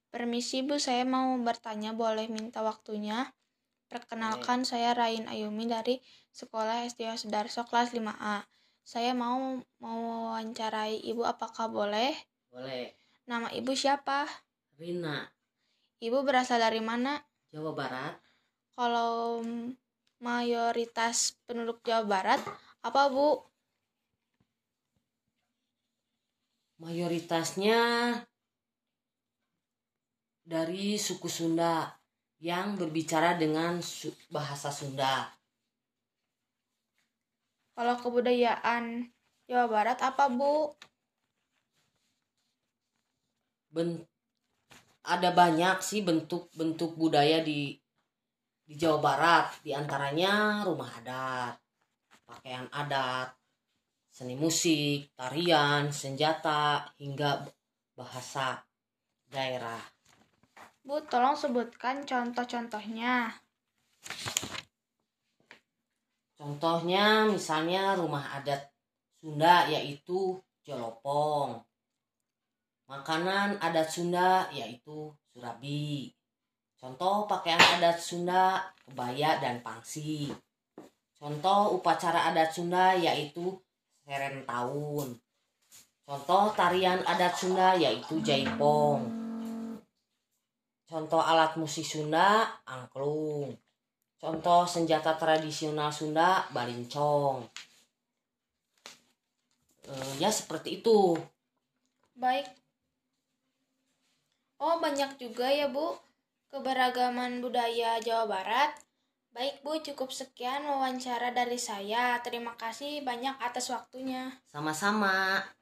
Permisi Bu, saya mau bertanya, boleh minta waktunya? Perkenalkan, saya Rain Ayumi dari Sekolah SD Sudarso kelas 5A. Saya mau wawancarai Ibu, apakah boleh? Boleh. Nama Ibu siapa? Rina, Ibu berasal dari mana? Jawa Barat. Kalau mayoritas penduduk Jawa Barat, apa Bu? Mayoritasnya dari suku Sunda yang berbicara dengan bahasa Sunda. Kalau kebudayaan Jawa Barat, apa Bu? Ada banyak sih bentuk-bentuk budaya di Jawa Barat. Di antaranya rumah adat, pakaian adat, seni musik, tarian, senjata, hingga bahasa daerah. Bu, tolong sebutkan contoh-contohnya. Contohnya misalnya rumah adat Sunda yaitu jolopong. Makanan adat Sunda yaitu surabi. Contoh pakaian adat Sunda kebaya dan pangsi. Contoh upacara adat Sunda yaitu serentahun. Contoh tarian adat Sunda yaitu jaipong. Contoh alat musik Sunda angklung. Contoh senjata tradisional Sunda balincong. Ya seperti itu. Baik. Oh, banyak juga ya Bu keberagaman budaya Jawa Barat. Baik Bu, cukup sekian wawancara dari saya. Terima kasih banyak atas waktunya. Sama-sama.